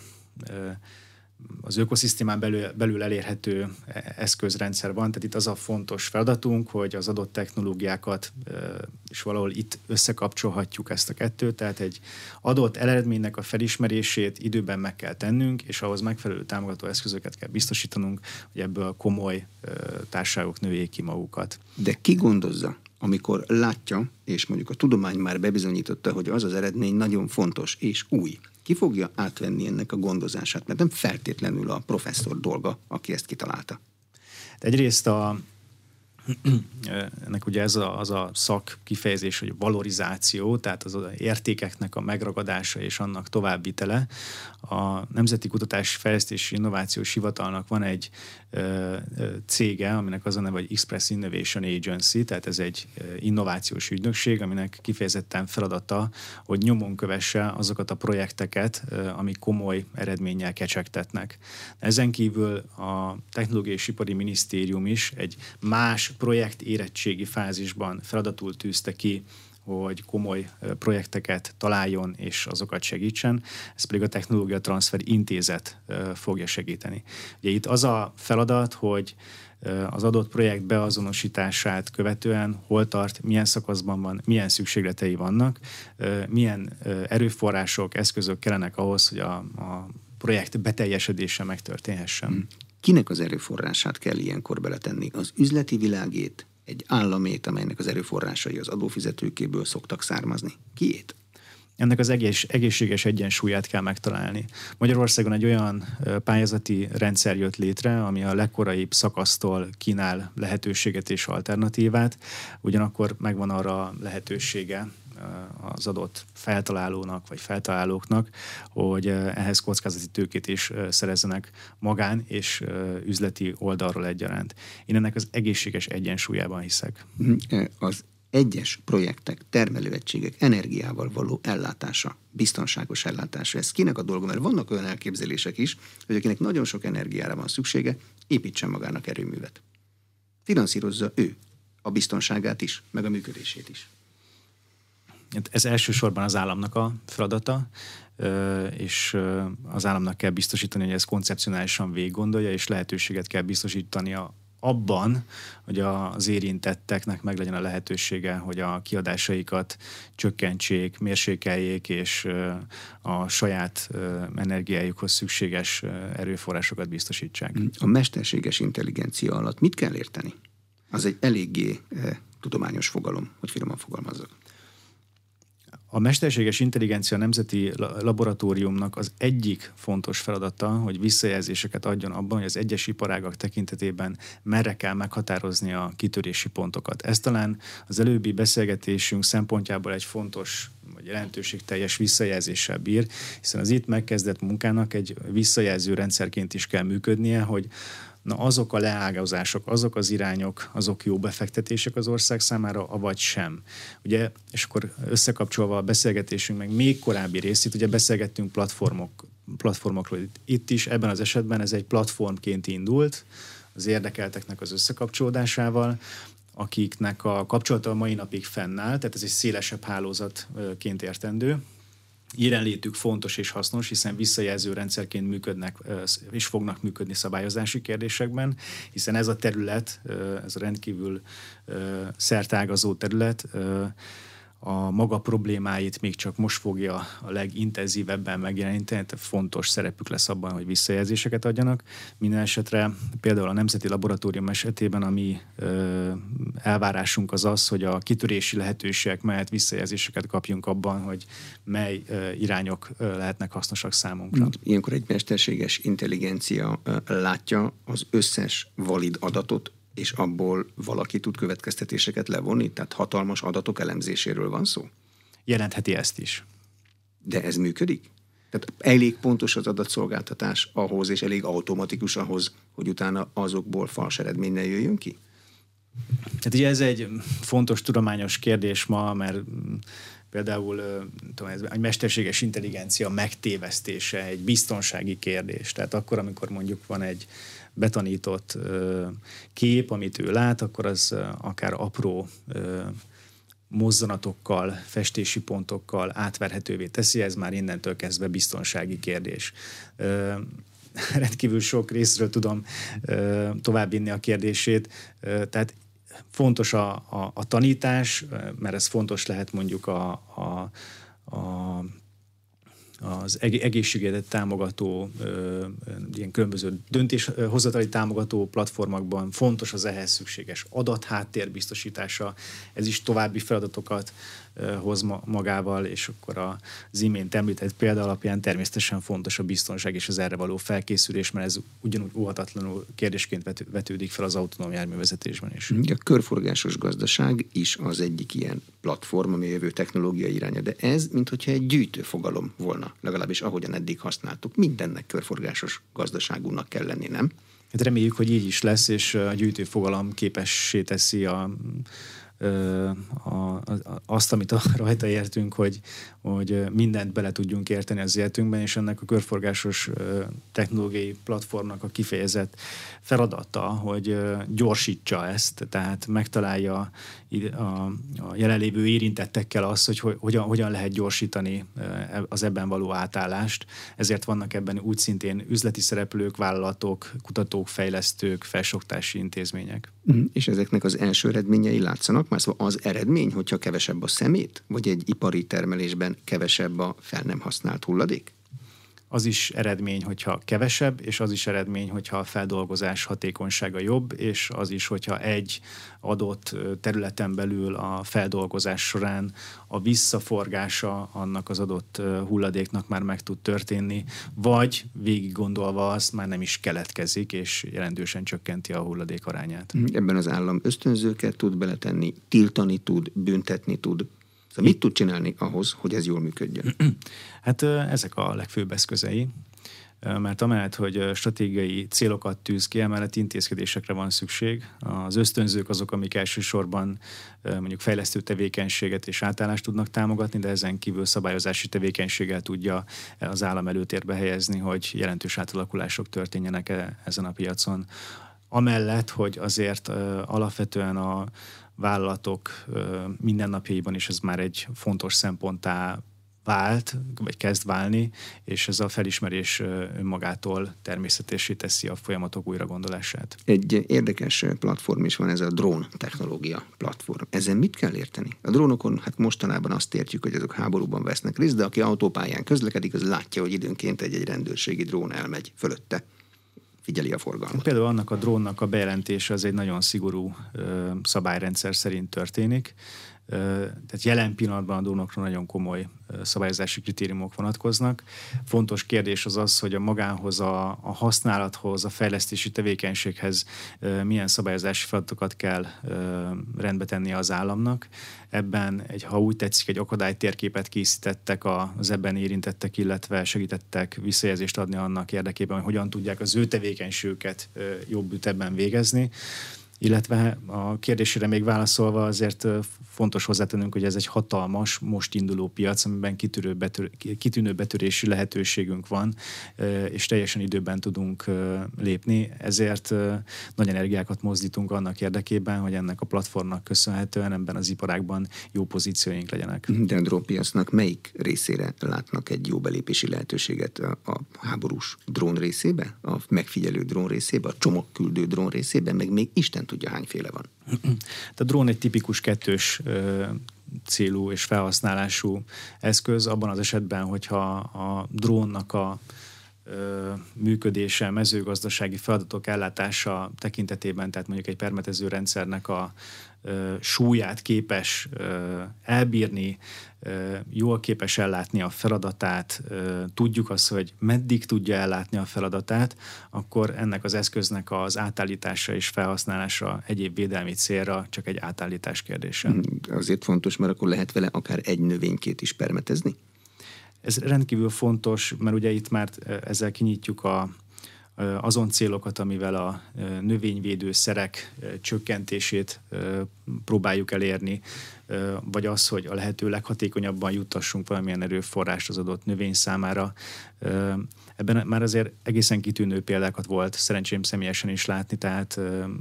az ökoszisztémán belül elérhető eszközrendszer van, tehát itt az a fontos feladatunk, hogy az adott technológiákat és valahol itt összekapcsolhatjuk ezt a kettőt, tehát egy adott eredménynek a felismerését időben meg kell tennünk, és ahhoz megfelelő támogató eszközöket kell biztosítanunk, hogy ebből komoly társaságok nőjék ki magukat. De ki gondozza, amikor látja, és mondjuk a tudomány már bebizonyította, hogy az az eredmény nagyon fontos és új? Ki fogja átvenni ennek a gondozását? Mert nem feltétlenül a professzor dolga, aki ezt kitalálta. Egyrészt ennek ugye ez az a szak kifejezés, hogy valorizáció, tehát az értékeknek a megragadása és annak továbbvitele. A Nemzeti Kutatási Fejlesztési Innovációs Hivatalnak van egy cége, aminek az a neve, hogy Express Innovation Agency, tehát ez egy innovációs ügynökség, aminek kifejezetten feladata, hogy nyomon kövesse azokat a projekteket, amik komoly eredménnyel kecsegtetnek. Ezen kívül a Technológiai és Ipari Minisztérium is egy más projekt érettségi fázisban feladatul tűzte ki, hogy komoly projekteket találjon és azokat segítsen, ez pedig a Technológia Transfer Intézet fogja segíteni. Ugye itt az a feladat, hogy az adott projekt beazonosítását követően hol tart, milyen szakaszban van, milyen szükségletei vannak, milyen erőforrások, eszközök kellenek ahhoz, hogy a projekt beteljesedése megtörténhessen. Kinek az erőforrását kell ilyenkor beletenni? Az üzleti világét, egy államét, amelynek az erőforrásai az adófizetőkéből szoktak származni? Kiét? ennek az egészséges egyensúlyát kell megtalálni. Magyarországon egy olyan pályázati rendszer jött létre, ami a legkoraibb szakasztól kínál lehetőséget és alternatívát, ugyanakkor megvan arra lehetősége az adott feltalálónak vagy feltalálóknak, hogy ehhez kockázati tőkét is szerezzenek magán és üzleti oldalról egyaránt. Én ennek az egészséges egyensúlyában hiszek. Az egyes projektek, termelőegységek energiával való ellátása, biztonságos ellátása, ez kinek a dolga? Mert vannak olyan elképzelések is, hogy akinek nagyon sok energiára van szüksége, építsen magának erőművet. Finanszírozza ő a biztonságát is, meg a működését is. Ez elsősorban az államnak a feladata, és az államnak kell biztosítani, hogy ezt koncepcionálisan végiggondolja, és lehetőséget kell biztosítania abban, hogy az érintetteknek meg legyen a lehetősége, hogy a kiadásaikat csökkentsék, mérsékeljék, és a saját energiájukhoz szükséges erőforrásokat biztosítsák. A mesterséges intelligencia alatt mit kell érteni? Az egy eléggé tudományos fogalom, hogy finoman fogalmazzak. A mesterséges intelligencia nemzeti laboratóriumnak az egyik fontos feladata, hogy visszajelzéseket adjon abban, hogy az egyes iparágak tekintetében merre kell meghatározni a kitörési pontokat. Ez talán az előbbi beszélgetésünk szempontjából egy fontos vagy jelentőségteljes visszajelzéssel bír, hiszen az itt megkezdett munkának egy visszajelző rendszerként is kell működnie, hogy azok a leágazások, azok az irányok, azok jó befektetések az ország számára, avagy sem. Ugye, és akkor összekapcsolva a beszélgetésünk meg még korábbi részét, ugye beszélgettünk platformokról. Itt is ebben az esetben ez egy platformként indult, az érdekelteknek az összekapcsolódásával, akiknek a kapcsolata a mai napig fennáll, tehát ez egy szélesebb hálózatként értendő. Jelenlétük fontos és hasznos, hiszen visszajelző rendszerként működnek és fognak működni szabályozási kérdésekben, hiszen ez a terület, ez a rendkívül szertágazó terület a maga problémáit még csak most fogja a legintenzívebben megjeleníteni, tehát fontos szerepük lesz abban, hogy visszajelzéseket adjanak. Minden esetre például a Nemzeti Laboratórium esetében a mi elvárásunk az az, hogy a kitörési lehetőségek mellett visszajelzéseket kapjunk abban, hogy mely irányok lehetnek hasznosak számunkra. Ilyenkor egy mesterséges intelligencia látja az összes valid adatot, és abból valaki tud következtetéseket levonni? Tehát hatalmas adatok elemzéséről van szó? Jelentheti ezt is. De ez működik? Tehát elég pontos az adatszolgáltatás ahhoz, és elég automatikus ahhoz, hogy utána azokból fals eredménnyel jöjjön ki? Hát ugye ez egy fontos tudományos kérdés ma, mert például egy mesterséges intelligencia megtévesztése egy biztonsági kérdés. Tehát akkor, amikor mondjuk van egy betanított kép, amit ő lát, akkor az akár apró mozzanatokkal, festési pontokkal átverhetővé teszi, ez már innentől kezdve biztonsági kérdés. Rendkívül sok részről tudom továbbvinni a kérdését, tehát fontos a tanítás, mert ez fontos lehet mondjuk az egészségedet támogató, ilyen különböző döntéshozatali támogató platformokban, fontos az ehhez szükséges adatháttér biztosítása, ez is további feladatokat hoz magával, és akkor az imént említett példa alapján természetesen fontos a biztonság és az erre való felkészülés, mert ez ugyanúgy óhatatlanul kérdésként vetődik fel az autonóm járművezetésben is. A körforgásos gazdaság is az egyik ilyen platform, ami a jövő technológiai iránya, de ez, minthogyha egy gyűjtő fogalom volna, legalábbis ahogyan eddig használtuk. Mindennek körforgásos gazdaságúnak kell lenni, nem? Hát reméljük, hogy így is lesz, és a gyűjtő fogalom képessé teszi azt, amit rajta értünk, hogy mindent bele tudjunk érteni az életünkben, és ennek a körforgásos technológiai platformnak a kifejezett feladata, hogy gyorsítsa ezt, tehát megtalálja a jelenlévő érintettekkel azt, hogy hogyan lehet gyorsítani az ebben való átállást. Ezért vannak ebben úgy szintén üzleti szereplők, vállalatok, kutatók, fejlesztők, felsőoktatási intézmények. És ezeknek az első eredményei látszanak? Már szóval az eredmény, hogyha kevesebb a szemét, vagy egy ipari termelésben kevesebb a fel nem használt hulladék? az is eredmény, hogyha kevesebb, és az is eredmény, hogyha a feldolgozás hatékonysága jobb, és az is, hogyha egy adott területen belül a feldolgozás során a visszaforgása annak az adott hulladéknak már meg tud történni, vagy végig gondolva azt már nem is keletkezik, és jelentősen csökkenti a hulladék arányát. Ebben az állam ösztönzőket tud beletenni, tiltani tud, büntetni tud. Szóval mit tud csinálni ahhoz, hogy ez jól működjön? Hát ezek a legfőbb eszközei, mert amellett, hogy stratégiai célokat tűz ki, emellett intézkedésekre van szükség. Az ösztönzők azok, amik elsősorban mondjuk fejlesztő tevékenységet és átállást tudnak támogatni, de ezen kívül szabályozási tevékenységgel tudja az állam előtérbe helyezni, hogy jelentős átalakulások történjenek ezen a piacon. Amellett, hogy azért alapvetően a vállalatok mindennapjaiban is ez már egy fontos szemponttá vált, vagy kezd válni, és ez a felismerés önmagától természetessé teszi a folyamatok újragondolását. Egy érdekes platform is van, ez a drón technológia platform. Ezen mit kell érteni? A drónokon hát mostanában azt értjük, hogy azok háborúban vesznek részt, de aki autópályán közlekedik, az látja, hogy időnként egy rendőrségi drón elmegy fölötte. Figyeli a forgalmat. Például annak a drónnak a bejelentése az egy nagyon szigorú szabályrendszer szerint történik. Tehát jelen pillanatban a drónokra nagyon komoly szabályozási kritériumok vonatkoznak. Fontos kérdés az az, hogy a magánhoz, a használathoz, a fejlesztési tevékenységhez milyen szabályozási feladatokat kell rendbe tenni az államnak. Ebben, ha úgy tetszik, egy akadálytérképet készítettek az ebben érintettek, illetve segítettek visszajelzést adni annak érdekében, hogy hogyan tudják az ő tevékenységüket jobb ütemben végezni. Illetve a kérdésére még válaszolva azért fontos hozzátennünk, hogy ez egy hatalmas, most induló piac, amiben kitűnő betörési lehetőségünk van, és teljesen időben tudunk lépni. Ezért nagy energiákat mozdítunk annak érdekében, hogy ennek a platformnak köszönhetően ebben az iparágban jó pozícióink legyenek. De a drónpiacnak melyik részére látnak egy jó belépési lehetőséget? A háborús drón részébe? A megfigyelő drón részébe? A csomagküldő drón részébe? Meg még Isten tudja, hányféle van. A drón egy tipikus kettős célú és felhasználású eszköz, abban az esetben, hogyha a drónnak a működése, mezőgazdasági feladatok ellátása tekintetében, tehát mondjuk egy permetező rendszernek a súlyát képes elbírni, jól képes ellátni a feladatát, tudjuk azt, hogy meddig tudja ellátni a feladatát, akkor ennek az eszköznek az átállítása és felhasználása egyéb védelmi célra csak egy átállítás kérdése. Azért fontos, mert akkor lehet vele akár egy növénykét is permetezni? Ez rendkívül fontos, mert ugye itt már ezzel kinyitjuk azon célokat, amivel a növényvédőszerek csökkentését próbáljuk elérni, vagy az, hogy a lehető leghatékonyabban juttassunk valamilyen erőforrást az adott növény számára. Ebben már azért egészen kitűnő példákat volt szerencsém személyesen is látni, tehát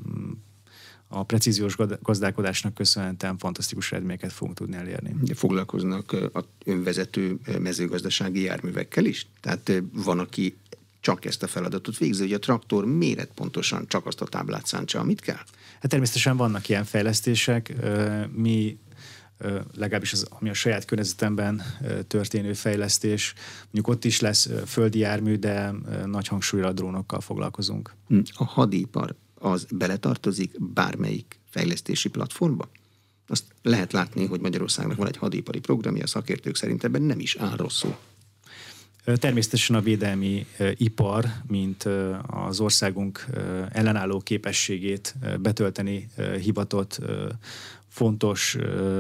a precíziós gazdálkodásnak köszönhetően fantasztikus eredményeket fogunk tudni elérni. Foglalkoznak a önvezető mezőgazdasági járművekkel is? Tehát van, aki csak ezt a feladatot végzi, hogy a traktor méretpontosan csak azt a táblát szántsa, amit kell? Hát természetesen vannak ilyen fejlesztések. Mi legalábbis ami a saját környezetemben történő fejlesztés, mondjuk ott is lesz földi jármű, de nagy hangsúlyra a drónokkal foglalkozunk. A hadipar az beletartozik bármelyik fejlesztési platformba? Azt lehet látni, hogy Magyarországnak van egy hadipari programja, a szakértők szerint ebben nem is áll rosszul. Természetesen a védelmi ipar, mint az országunk ellenálló képességét betölteni hivatott fontos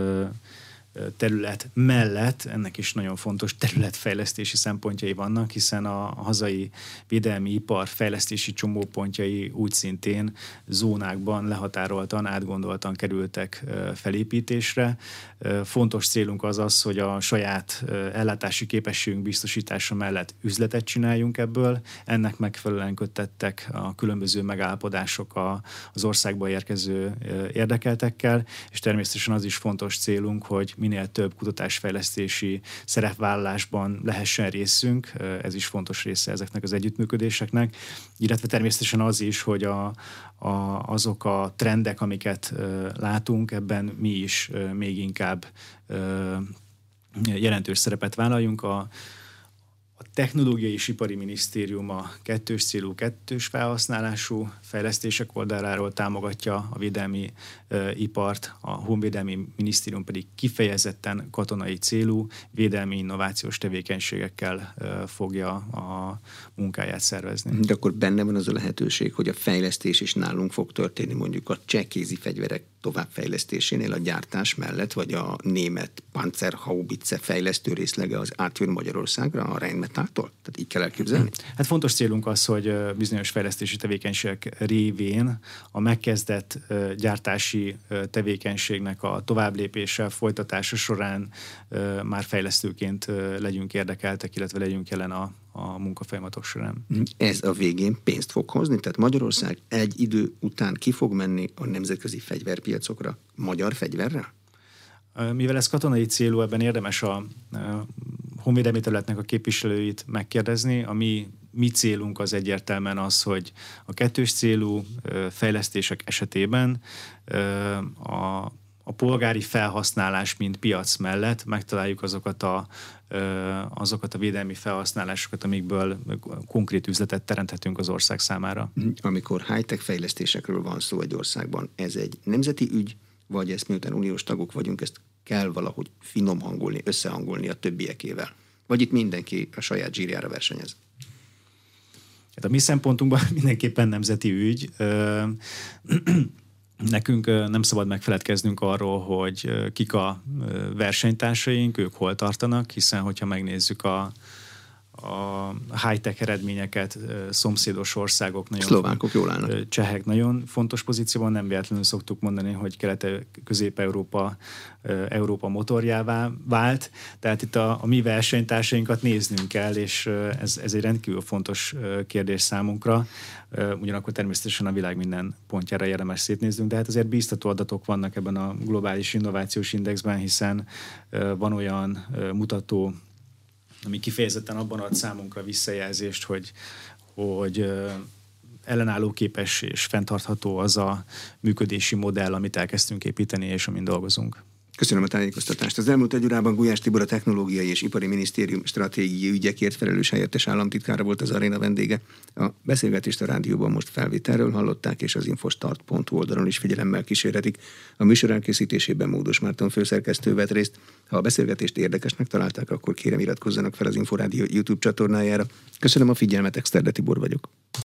terület mellett ennek is nagyon fontos területfejlesztési szempontjai vannak, hiszen a hazai védelmi ipar fejlesztési csomópontjai úgy szintén zónákban lehatároltan, átgondoltan kerültek felépítésre. Fontos célunk az, hogy a saját ellátási képességünk biztosítása mellett üzletet csináljunk ebből. Ennek megfelelően köttettek a különböző megállapodások az országba érkező érdekeltekkel, és természetesen az is fontos célunk, hogy minél több kutatásfejlesztési szerepvállalásban lehessen részünk, ez is fontos része ezeknek az együttműködéseknek, illetve természetesen az is, hogy azok a trendek, amiket látunk, ebben mi is még inkább jelentős szerepet vállaljunk. A Technológiai és Ipari Minisztérium a kettős célú, kettős felhasználású fejlesztések oldaláról támogatja a védelmi ipart, a Honvédelmi Minisztérium pedig kifejezetten katonai célú, védelmi innovációs tevékenységekkel fogja a munkáját szervezni. De akkor benne van az a lehetőség, hogy a fejlesztés is nálunk fog történni, mondjuk a cseh kézi fegyverek továbbfejlesztésénél a gyártás mellett, vagy a német Panzerhaubitze fejlesztő részlege az átjön Magyarországra a Rheinmetalltól? Tehát így kell elképzelni? Hát fontos célunk az, hogy bizonyos fejlesztési tevékenységek révén a megkezdett gyártási tevékenységnek a továbblépése, folytatása során már fejlesztőként legyünk érdekeltek, illetve legyünk jelen a munkafolyamatok során. Ez a végén pénzt fog hozni? Tehát Magyarország egy idő után ki fog menni a nemzetközi fegyverpiacokra magyar fegyverrel? Mivel ez katonai célú, ebben érdemes a honvédelmi területnek a képviselőit megkérdezni. A mi célunk az egyértelműen az, hogy a kettős célú fejlesztések esetében a polgári felhasználás, mint piac mellett megtaláljuk azokat a védelmi felhasználásokat, amikből konkrét üzletet teremthetünk az ország számára. Amikor high-tech fejlesztésekről van szó egy országban, ez egy nemzeti ügy, vagy ezt miután uniós tagok vagyunk, ezt kell valahogy finom hangolni, összehangolni a többiekével? Vagy itt mindenki a saját zsírjára versenyez? Hát a mi szempontunkban mindenképpen nemzeti ügy. Nekünk nem szabad megfeledkeznünk arról, hogy kik a versenytársaink, ők hol tartanak, hiszen hogyha megnézzük a high-tech eredményeket, szomszédos országok, szlovákok jól állnak. Csehek nagyon fontos pozícióban, nem véletlenül szoktuk mondani, hogy Közép-Európa Európa motorjává vált, tehát itt a mi versenytársainkat néznünk kell, és ez egy rendkívül fontos kérdés számunkra. Ugyanakkor természetesen a világ minden pontjára érdemes szétnéznünk, de hát azért bíztató adatok vannak ebben a globális innovációs indexben, hiszen van olyan mutató, ami kifejezetten abban ad számunkra visszajelzést, hogy ellenálló képes és fenntartható az a működési modell, amit elkezdtünk építeni, és amin dolgozunk. Köszönöm a tájékoztatást. Az elmúlt egy órában Gulyás Tibor, a Technológiai és Ipari Minisztérium stratégiai ügyekért felelős helyettes államtitkára volt az aréna vendége. A beszélgetést a rádióban most felvételről hallották, és az infostart.hu oldalon is figyelemmel kísérhetik. A műsor elkészítésében Módos Márton főszerkesztő vett részt. Ha a beszélgetést érdekesnek találták, akkor kérem iratkozzanak fel az Inforádió YouTube csatornájára. Köszönöm a figyelmet, Exterde Tibor vagyok.